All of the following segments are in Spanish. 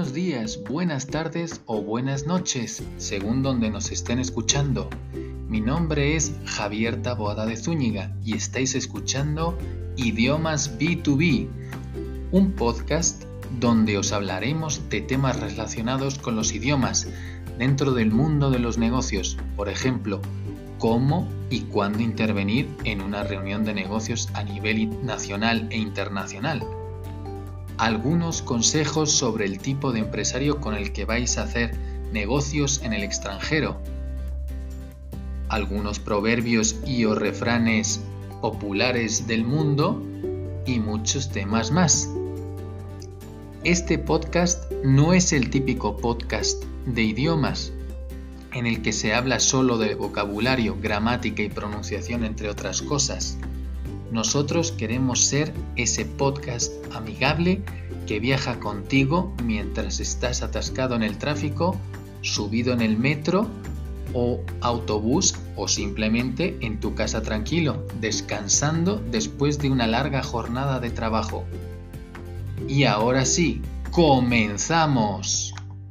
Buenos días, buenas tardes o buenas noches, según donde nos estén escuchando. Mi nombre es Javier Taboada de Zúñiga y estáis escuchando Idiomas B2B, un podcast donde os hablaremos de temas relacionados con los idiomas dentro del mundo de los negocios. Por ejemplo, cómo y cuándo intervenir en una reunión de negocios a nivel nacional e internacional. Algunos consejos sobre el tipo de empresario con el que vais a hacer negocios en el extranjero. Algunos proverbios y o refranes populares del mundo y muchos temas más. Este podcast no es el típico podcast de idiomas en el que se habla solo de vocabulario, gramática y pronunciación, entre otras cosas. Nosotros queremos ser ese podcast amigable que viaja contigo mientras estás atascado en el tráfico, subido en el metro o autobús o simplemente en tu casa tranquilo, descansando después de una larga jornada de trabajo. Y ahora sí, ¡comenzamos!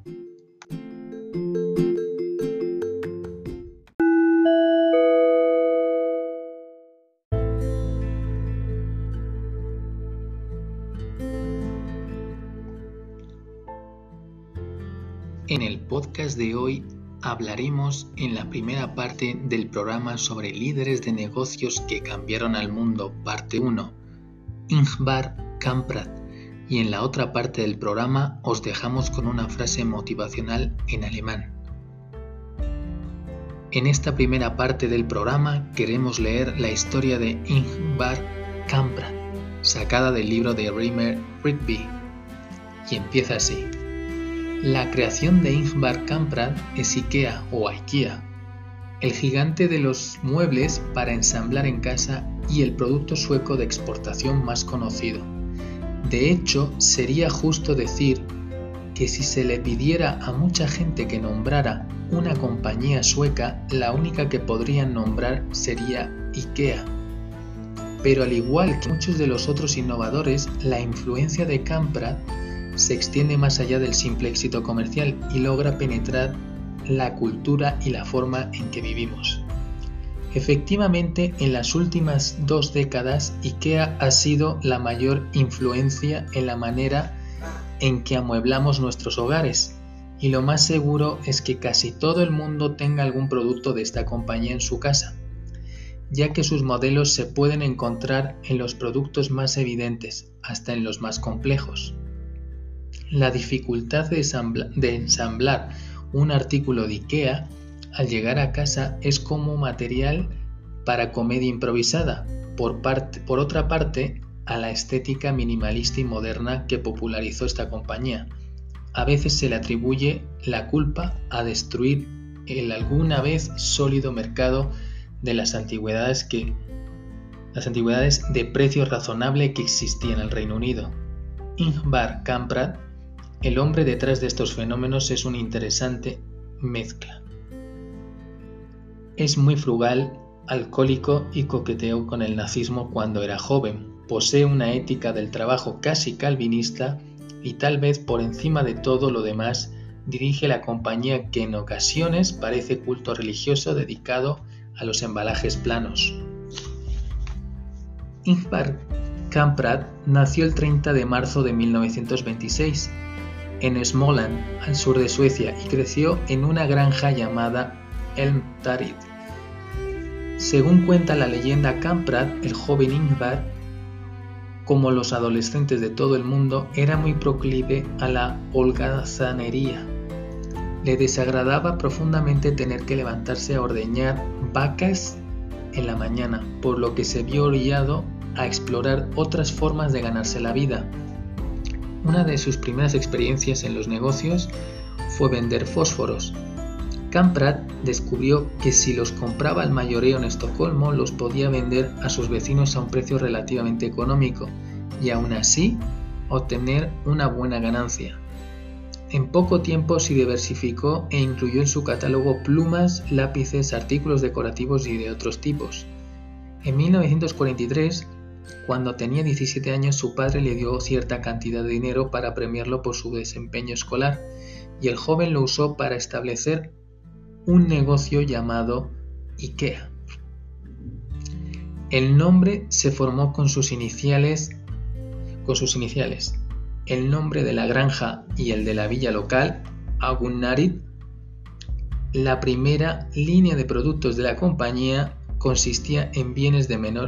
En el podcast de hoy hablaremos en la primera parte del programa sobre líderes de negocios que cambiaron al mundo, parte 1, Ingvar Kamprad, y en la otra parte del programa os dejamos con una frase motivacional en alemán. En esta primera parte del programa queremos leer la historia de Ingvar Kamprad, sacada del libro de Reimer Rigby, y empieza así. La creación de Ingvar Kamprad es IKEA o IKEA, el gigante de los muebles para ensamblar en casa y el producto sueco de exportación más conocido. De hecho, sería justo decir que si se le pidiera a mucha gente que nombrara una compañía sueca, la única que podrían nombrar sería IKEA. Pero al igual que muchos de los otros innovadores, la influencia de Kamprad se extiende más allá del simple éxito comercial y logra penetrar la cultura y la forma en que vivimos. Efectivamente, en las últimas 2 décadas, IKEA ha sido la mayor influencia en la manera en que amueblamos nuestros hogares, y lo más seguro es que casi todo el mundo tenga algún producto de esta compañía en su casa, ya que sus modelos se pueden encontrar en los productos más evidentes, hasta en los más complejos. La dificultad de ensamblar un artículo de IKEA al llegar a casa es como material para comedia improvisada, por otra parte, a la estética minimalista y moderna que popularizó esta compañía. A veces se le atribuye la culpa a destruir el alguna vez sólido mercado de las antigüedades de precio razonable que existía en el Reino Unido. Ingvar Kamprad, el hombre detrás de estos fenómenos, es una interesante mezcla. Es muy frugal, alcohólico y coqueteó con el nazismo cuando era joven. Posee una ética del trabajo casi calvinista y tal vez por encima de todo lo demás dirige la compañía que en ocasiones parece culto religioso dedicado a los embalajes planos. Ingvar Kamprad nació el 30 de marzo de 1926 en Småland, al sur de Suecia, y creció en una granja llamada Elmtarid. Según cuenta la leyenda, Kamprad, el joven Ingvar, como los adolescentes de todo el mundo, era muy proclive a la holgazanería. Le desagradaba profundamente tener que levantarse a ordeñar vacas en la mañana, por lo que se vio orillado a explorar otras formas de ganarse la vida. Una de sus primeras experiencias en los negocios fue vender fósforos. Kamprad descubrió que si los compraba al mayoreo en Estocolmo, los podía vender a sus vecinos a un precio relativamente económico y aún así obtener una buena ganancia. En poco tiempo se diversificó e incluyó en su catálogo plumas, lápices, artículos decorativos y de otros tipos. En 1943 Cuando tenía 17 años, su padre le dio cierta cantidad de dinero para premiarlo por su desempeño escolar, y el joven lo usó para establecer un negocio llamado IKEA. El nombre se formó con sus iniciales, el nombre de la granja y el de la villa local, Agunnarid. La primera línea de productos de la compañía consistía en bienes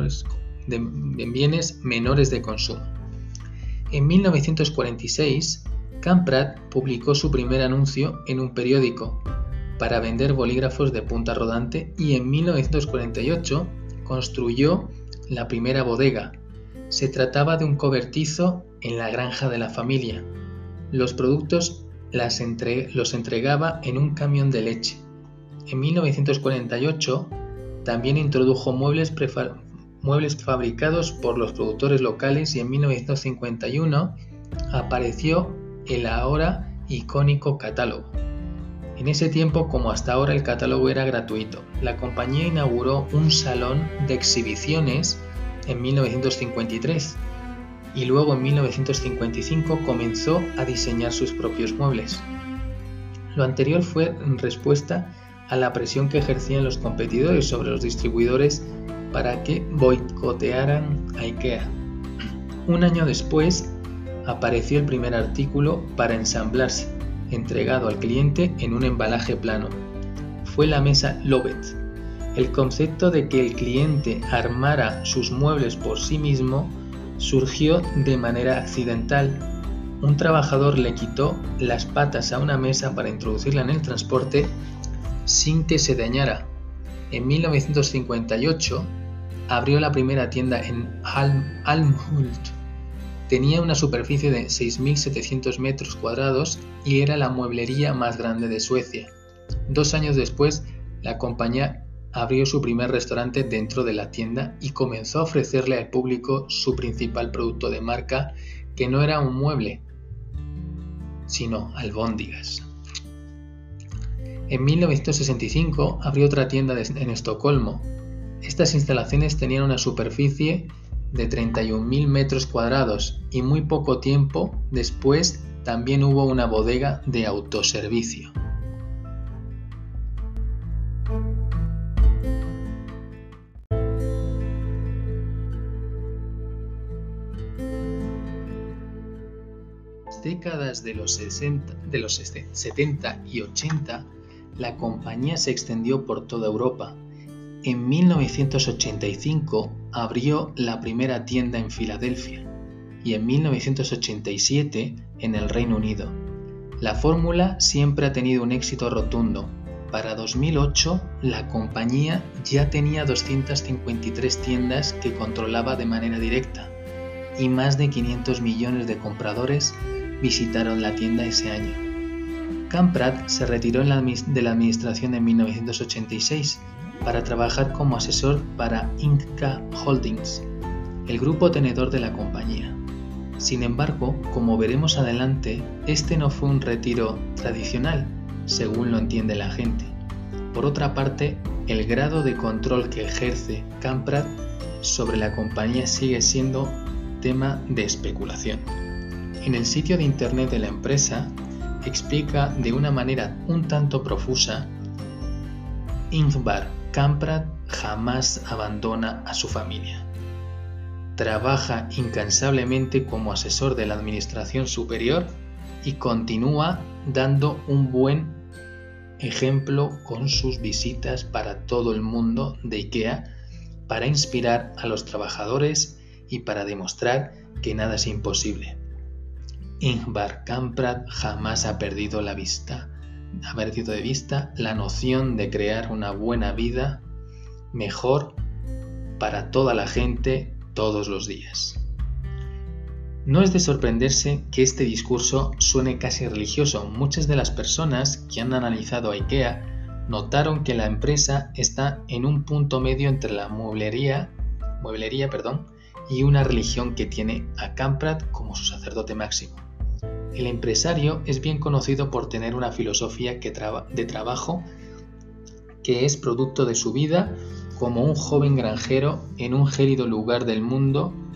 menores de consumo. En 1946, Kamprad publicó su primer anuncio en un periódico para vender bolígrafos de punta rodante, y en 1948 construyó la primera bodega. Se trataba de un cobertizo en la granja de la familia. Los productos los entregaba en un camión de leche. En 1948 también introdujo muebles fabricados por los productores locales, y en 1951 apareció el ahora icónico catálogo. En ese tiempo, como hasta ahora, el catálogo era gratuito. La compañía inauguró un salón de exhibiciones en 1953 y luego en 1955 comenzó a diseñar sus propios muebles. Lo anterior fue en respuesta a la presión que ejercían los competidores sobre los distribuidores para que boicotearan a IKEA. Un año después apareció el primer artículo para ensamblarse, entregado al cliente en un embalaje plano. Fue la mesa Lovett. El concepto de que el cliente armara sus muebles por sí mismo surgió de manera accidental. Un trabajador le quitó las patas a una mesa para introducirla en el transporte sin que se dañara. En 1958 abrió la primera tienda en Älmhult. Tenía una superficie de 6.700 metros cuadrados y era la mueblería más grande de Suecia. 2 años después, la compañía abrió su primer restaurante dentro de la tienda y comenzó a ofrecerle al público su principal producto de marca, que no era un mueble, sino albóndigas. En 1965 abrió otra tienda en Estocolmo. Estas instalaciones tenían una superficie de 31.000 metros cuadrados, y muy poco tiempo después también hubo una bodega de autoservicio. En las décadas de los 70 y 80, la compañía se extendió por toda Europa. En 1985 abrió la primera tienda en Filadelfia y en 1987 en el Reino Unido. La fórmula siempre ha tenido un éxito rotundo. Para 2008, la compañía ya tenía 253 tiendas que controlaba de manera directa, y más de 500 millones de compradores visitaron la tienda ese año. Kamprad se retiró de la administración en 1986 para trabajar como asesor para Ingka Holdings, el grupo tenedor de la compañía. Sin embargo, como veremos adelante, este no fue un retiro tradicional, según lo entiende la gente. Por otra parte, el grado de control que ejerce Kamprad sobre la compañía sigue siendo tema de especulación. En el sitio de internet de la empresa explica de una manera un tanto profusa: Ingvar Kamprad jamás abandona a su familia. Trabaja incansablemente como asesor de la administración superior y continúa dando un buen ejemplo con sus visitas para todo el mundo de IKEA, para inspirar a los trabajadores y para demostrar que nada es imposible. Ingvar Kamprad jamás ha perdido de vista la noción de crear una buena vida mejor para toda la gente todos los días. No es de sorprenderse que este discurso suene casi religioso. Muchas de las personas que han analizado a IKEA notaron que la empresa está en un punto medio entre la mueblería y una religión que tiene a Kamprad como su sacerdote máximo. El empresario es bien conocido por tener una filosofía de trabajo que es producto de su vida como un joven granjero en un gélido lugar del mundo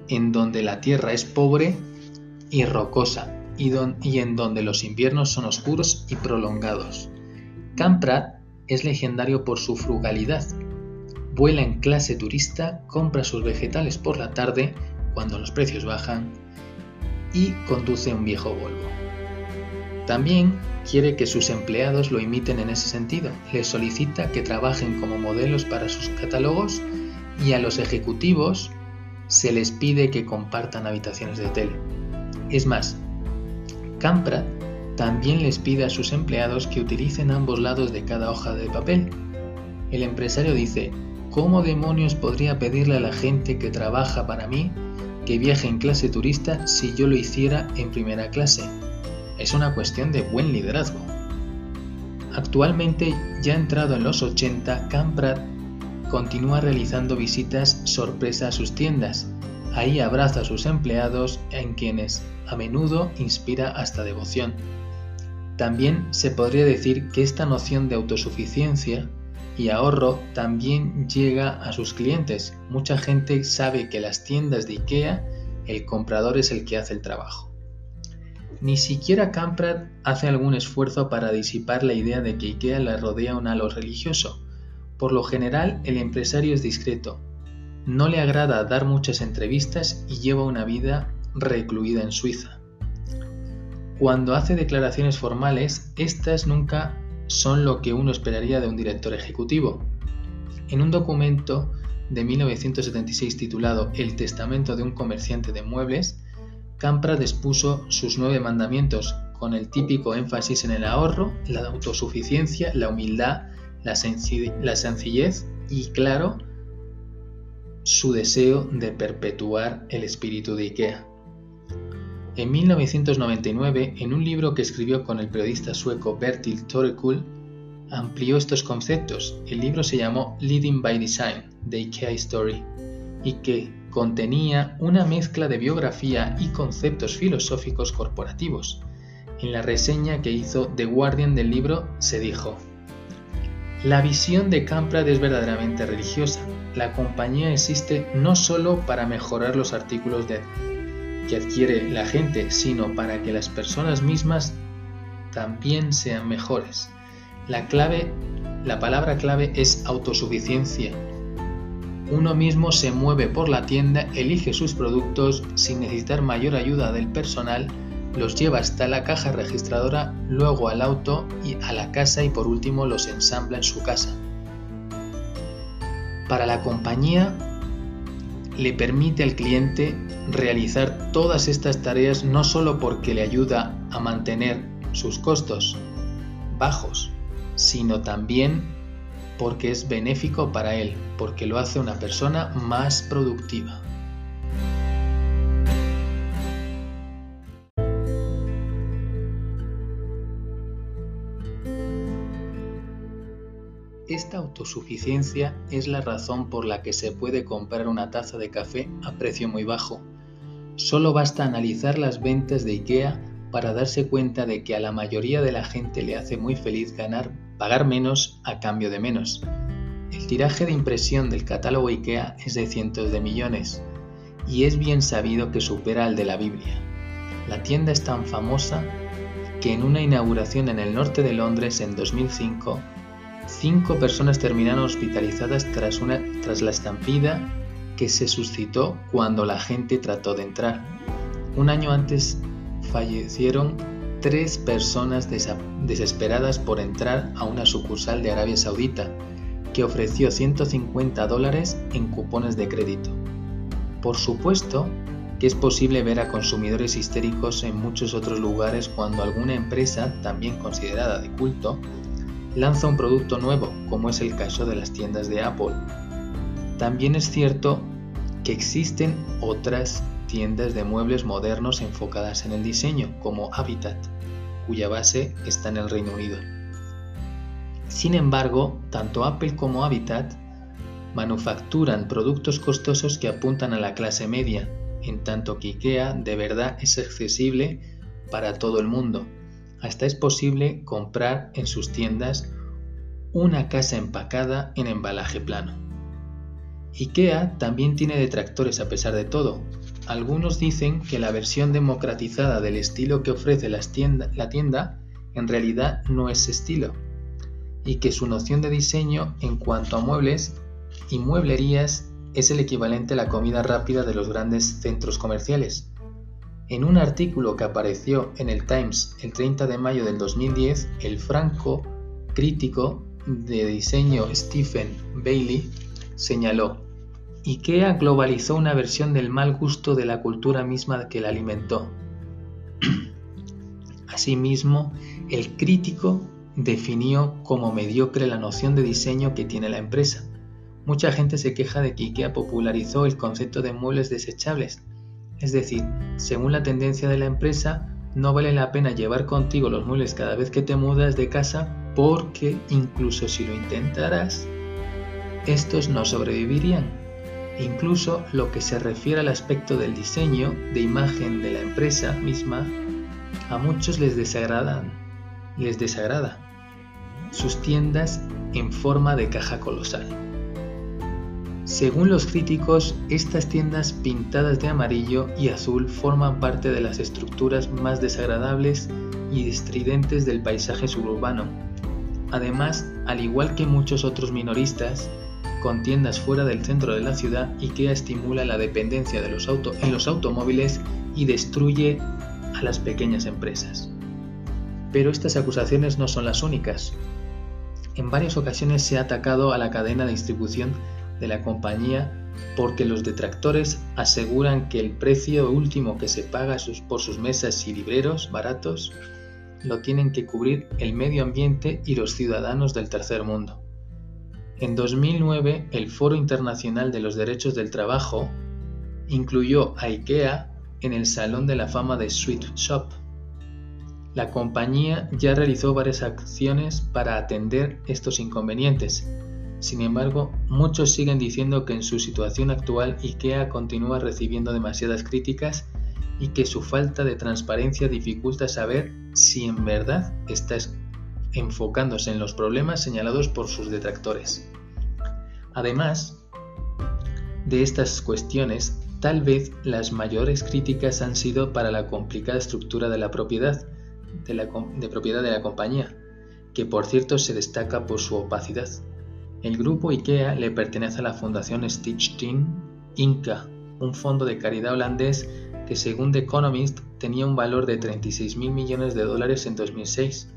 en donde la tierra es pobre y rocosa y en donde los inviernos son oscuros y prolongados. Kamprad es legendario por su frugalidad. Vuela en clase turista, compra sus vegetales por la tarde cuando los precios bajan y conduce un viejo Volvo. También quiere que sus empleados lo imiten en ese sentido. Les solicita que trabajen como modelos para sus catálogos y a los ejecutivos se les pide que compartan habitaciones de hotel. Es más, Kamprad también les pide a sus empleados que utilicen ambos lados de cada hoja de papel. El empresario dice: ¿cómo demonios podría pedirle a la gente que trabaja para mí que viaje en clase turista si yo lo hiciera en primera clase? Es una cuestión de buen liderazgo. Actualmente, ya entrado en los 80, Kamprad continúa realizando visitas sorpresa a sus tiendas. Ahí abraza a sus empleados, en quienes a menudo inspira hasta devoción. También se podría decir que esta noción de autosuficiencia y ahorro también llega a sus clientes. Mucha gente sabe que las tiendas de IKEA, el comprador es el que hace el trabajo. Ni siquiera Kamprad hace algún esfuerzo para disipar la idea de que IKEA le rodea un halo religioso. Por lo general, el empresario es discreto. No le agrada dar muchas entrevistas y lleva una vida recluida en Suiza. Cuando hace declaraciones formales, estas nunca son lo que uno esperaría de un director ejecutivo. En un documento de 1976 titulado El testamento de un comerciante de muebles, Kamprad expuso sus 9 mandamientos, con el típico énfasis en el ahorro, la autosuficiencia, la humildad, la sencillez y, claro, su deseo de perpetuar el espíritu de IKEA. En 1999, en un libro que escribió con el periodista sueco Bertil Torekull, amplió estos conceptos. El libro se llamó Leading by Design, The IKEA Story, y que contenía una mezcla de biografía y conceptos filosóficos corporativos. En la reseña que hizo The Guardian del libro se dijo: la visión de Kamprad es verdaderamente religiosa. La compañía existe no solo para mejorar los artículos que adquiere la gente, sino para que las personas mismas también sean mejores. La palabra clave es autosuficiencia. Uno mismo se mueve por la tienda, elige sus productos sin necesitar mayor ayuda del personal, los lleva hasta la caja registradora, luego al auto y a la casa y por último los ensambla en su casa. Para la compañía le permite al cliente realizar todas estas tareas no solo porque le ayuda a mantener sus costos bajos, sino también porque es benéfico para él, porque lo hace una persona más productiva. Esta autosuficiencia es la razón por la que se puede comprar una taza de café a precio muy bajo. Solo basta analizar las ventas de IKEA para darse cuenta de que a la mayoría de la gente le hace muy feliz pagar menos a cambio de menos. El tiraje de impresión del catálogo IKEA es de cientos de millones y es bien sabido que supera al de la Biblia. La tienda es tan famosa que en una inauguración en el norte de Londres en 2005, 5 personas terminaron hospitalizadas tras la estampida que se suscitó cuando la gente trató de entrar. Un año antes fallecieron 3 personas desesperadas por entrar a una sucursal de Arabia Saudita que ofreció $150 en cupones de crédito. Por supuesto que es posible ver a consumidores histéricos en muchos otros lugares cuando alguna empresa, también considerada de culto, lanza un producto nuevo, como es el caso de las tiendas de Apple. También es cierto que existen otras tiendas de muebles modernos enfocadas en el diseño, como Habitat, cuya base está en el Reino Unido. Sin embargo, tanto Apple como Habitat manufacturan productos costosos que apuntan a la clase media, en tanto que IKEA de verdad es accesible para todo el mundo. Hasta es posible comprar en sus tiendas una casa empacada en embalaje plano. IKEA también tiene detractores a pesar de todo. Algunos dicen que la versión democratizada del estilo que ofrece la tienda en realidad no es estilo, y que su noción de diseño en cuanto a muebles y mueblerías es el equivalente a la comida rápida de los grandes centros comerciales. En un artículo que apareció en el Times el 30 de mayo del 2010, el franco crítico de diseño Stephen Bailey señaló: IKEA globalizó una versión del mal gusto de la cultura misma que la alimentó. Asimismo, el crítico definió como mediocre la noción de diseño que tiene la empresa. Mucha gente se queja de que IKEA popularizó el concepto de muebles desechables. Es decir, según la tendencia de la empresa, no vale la pena llevar contigo los muebles cada vez que te mudas de casa porque, incluso si lo intentaras, estos no sobrevivirían. Incluso lo que se refiere al aspecto del diseño de imagen de la empresa misma, a muchos les desagrada. Sus tiendas en forma de caja colosal. Según los críticos, estas tiendas pintadas de amarillo y azul forman parte de las estructuras más desagradables y estridentes del paisaje suburbano. Además, al igual que muchos otros minoristas, con tiendas fuera del centro de la ciudad, IKEA estimula la dependencia de en los automóviles y destruye a las pequeñas empresas. Pero estas acusaciones no son las únicas. En varias ocasiones se ha atacado a la cadena de distribución de la compañía porque los detractores aseguran que el precio último que se paga por sus mesas y libreros baratos lo tienen que cubrir el medio ambiente y los ciudadanos del tercer mundo. En 2009, el Foro Internacional de los Derechos del Trabajo incluyó a IKEA en el Salón de la Fama de Sweatshop. La compañía ya realizó varias acciones para atender estos inconvenientes. Sin embargo, muchos siguen diciendo que en su situación actual IKEA continúa recibiendo demasiadas críticas y que su falta de transparencia dificulta saber si en verdad está enfocándose en los problemas señalados por sus detractores. Además de estas cuestiones, tal vez las mayores críticas han sido para la complicada estructura de la propiedad de la compañía, que por cierto se destaca por su opacidad. El grupo IKEA le pertenece a la Fundación Stichting Inca, un fondo de caridad holandés que según The Economist tenía un valor de 36.000 millones de dólares en 2006.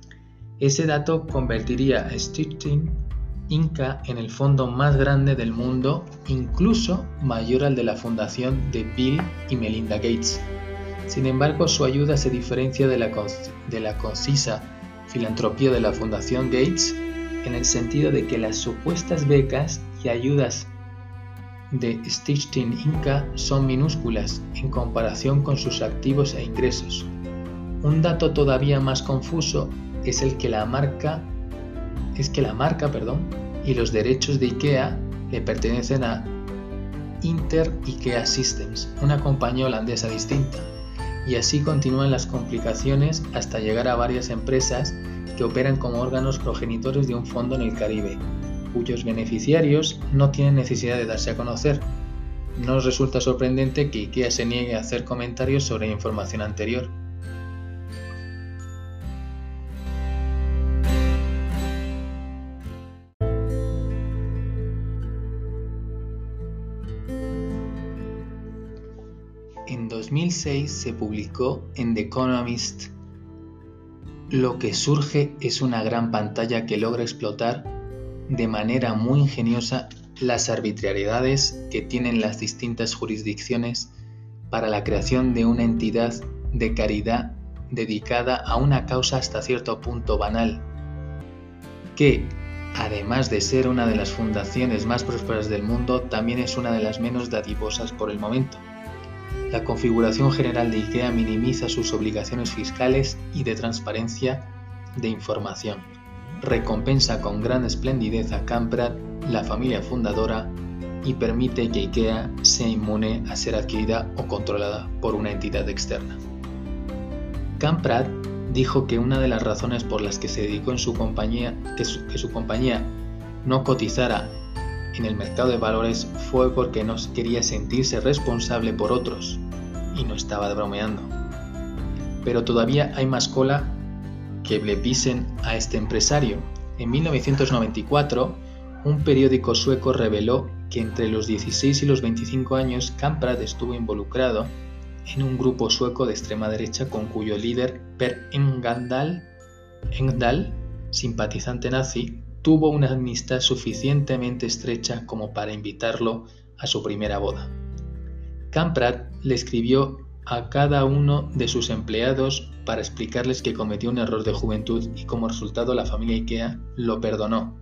Ese dato convertiría a Stichting Inca en el fondo más grande del mundo, incluso mayor al de la fundación de Bill y Melinda Gates. Sin embargo, su ayuda se diferencia de la concisa filantropía de la Fundación Gates en el sentido de que las supuestas becas y ayudas de Stichting Inca son minúsculas en comparación con sus activos e ingresos. Un dato todavía más confuso es que la marca y los derechos de IKEA le pertenecen a Inter IKEA Systems, una compañía holandesa distinta, y así continúan las complicaciones hasta llegar a varias empresas que operan como órganos progenitores de un fondo en el Caribe, cuyos beneficiarios no tienen necesidad de darse a conocer. No os resulta sorprendente que IKEA se niegue a hacer comentarios sobre la información anterior. En 2006 se publicó en The Economist: lo que surge es una gran pantalla que logra explotar de manera muy ingeniosa las arbitrariedades que tienen las distintas jurisdicciones para la creación de una entidad de caridad dedicada a una causa hasta cierto punto banal, que, además de ser una de las fundaciones más prósperas del mundo, también es una de las menos dadivosas por el momento. La configuración general de IKEA minimiza sus obligaciones fiscales y de transparencia de información. Recompensa con gran esplendidez a Kamprad, la familia fundadora, y permite que IKEA sea inmune a ser adquirida o controlada por una entidad externa. Kamprad dijo que una de las razones por las que se dedicó en su compañía que su compañía no cotizara en el mercado de valores fue porque no quería sentirse responsable por otros, y no estaba bromeando. Pero todavía hay más cola que le pisen a este empresario. En 1994, un periódico sueco reveló que entre los 16 y los 25 años Kamprad estuvo involucrado en un grupo sueco de extrema derecha con cuyo líder Per Engdahl, simpatizante nazi, tuvo una amistad suficientemente estrecha como para invitarlo a su primera boda. Kamprad le escribió a cada uno de sus empleados para explicarles que cometió un error de juventud y como resultado la familia IKEA lo perdonó.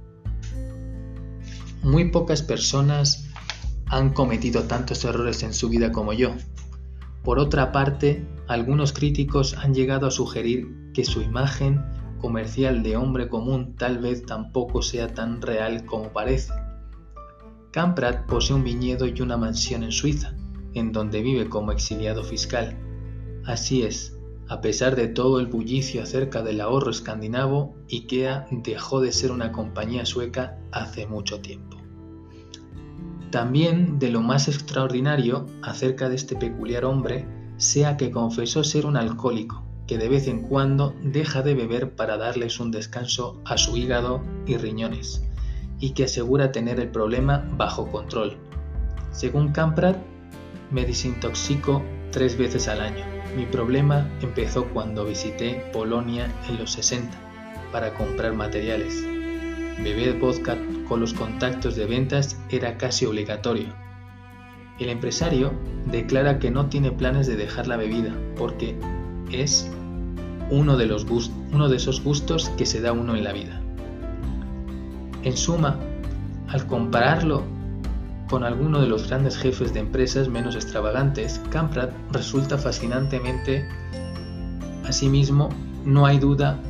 Muy pocas personas han cometido tantos errores en su vida como yo. Por otra parte, algunos críticos han llegado a sugerir que su imagen comercial de hombre común tal vez tampoco sea tan real como parece. Kamprad posee un viñedo y una mansión en Suiza, en donde vive como exiliado fiscal. Así es, a pesar de todo el bullicio acerca del ahorro escandinavo, IKEA dejó de ser una compañía sueca hace mucho tiempo. También de lo más extraordinario acerca de este peculiar hombre sea que confesó ser un alcohólico, que de vez en cuando deja de beber para darles un descanso a su hígado y riñones, y que asegura tener el problema bajo control. Según Kamprad, me desintoxico 3 veces al año. Mi problema empezó cuando visité Polonia en los 60 para comprar materiales. Beber vodka con los contactos de ventas era casi obligatorio. El empresario declara que no tiene planes de dejar la bebida porque es uno de esos gustos que se da uno en la vida. En suma, al compararlo con alguno de los grandes jefes de empresas menos extravagantes, Kamprad resulta fascinantemente. Asimismo, no hay duda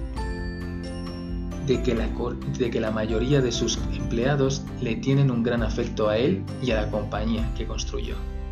de que la mayoría de sus empleados le tienen un gran afecto a él y a la compañía que construyó.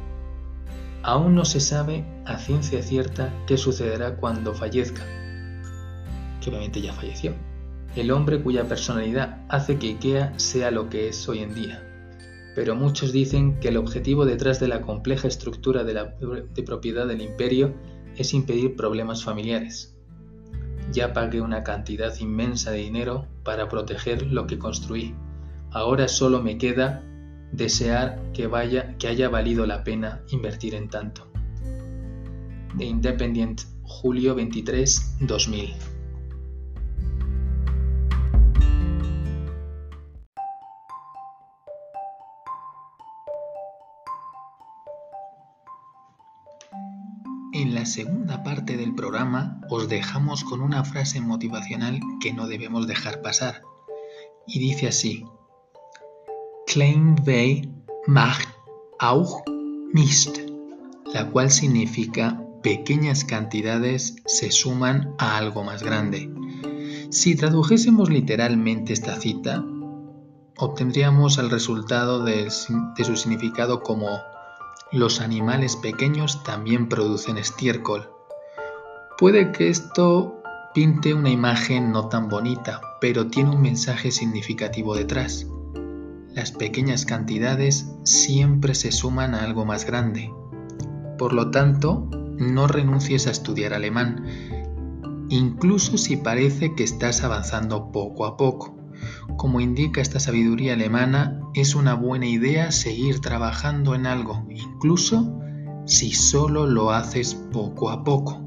Aún no se sabe a ciencia cierta qué sucederá cuando fallezca, que obviamente ya falleció, el hombre cuya personalidad hace que IKEA sea lo que es hoy en día. Pero muchos dicen que el objetivo detrás de la compleja estructura de propiedad del imperio es impedir problemas familiares. Ya pagué una cantidad inmensa de dinero para proteger lo que construí. Ahora solo me queda desear que haya valido la pena invertir en tanto. The Independent, julio 23, 2000. En la segunda parte del programa os dejamos con una frase motivacional que no debemos dejar pasar. Y dice así: Klein Weh macht auch Mist, la cual significa pequeñas cantidades se suman a algo más grande. Si tradujésemos literalmente esta cita, obtendríamos el resultado de su significado como: los animales pequeños también producen estiércol. Puede que esto pinte una imagen no tan bonita, pero tiene un mensaje significativo detrás. Las pequeñas cantidades siempre se suman a algo más grande. Por lo tanto, no renuncies a estudiar alemán, incluso si parece que estás avanzando poco a poco. Como indica esta sabiduría alemana, es una buena idea seguir trabajando en algo, incluso si solo lo haces poco a poco.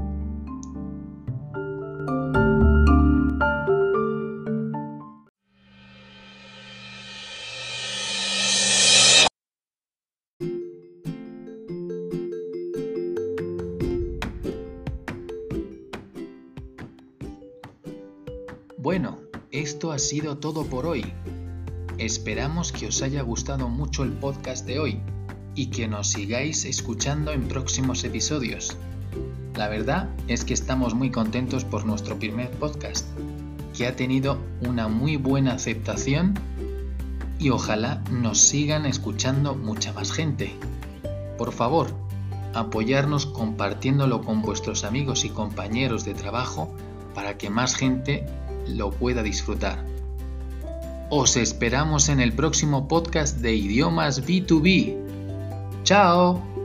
Bueno, esto ha sido todo por hoy. Esperamos que os haya gustado mucho el podcast de hoy y que nos sigáis escuchando en próximos episodios. La verdad es que estamos muy contentos por nuestro primer podcast, que ha tenido una muy buena aceptación y ojalá nos sigan escuchando mucha más gente. Por favor, apoyarnos compartiéndolo con vuestros amigos y compañeros de trabajo para que más gente lo pueda disfrutar. Os esperamos en el próximo podcast de Idiomas B2B. ¡Chao!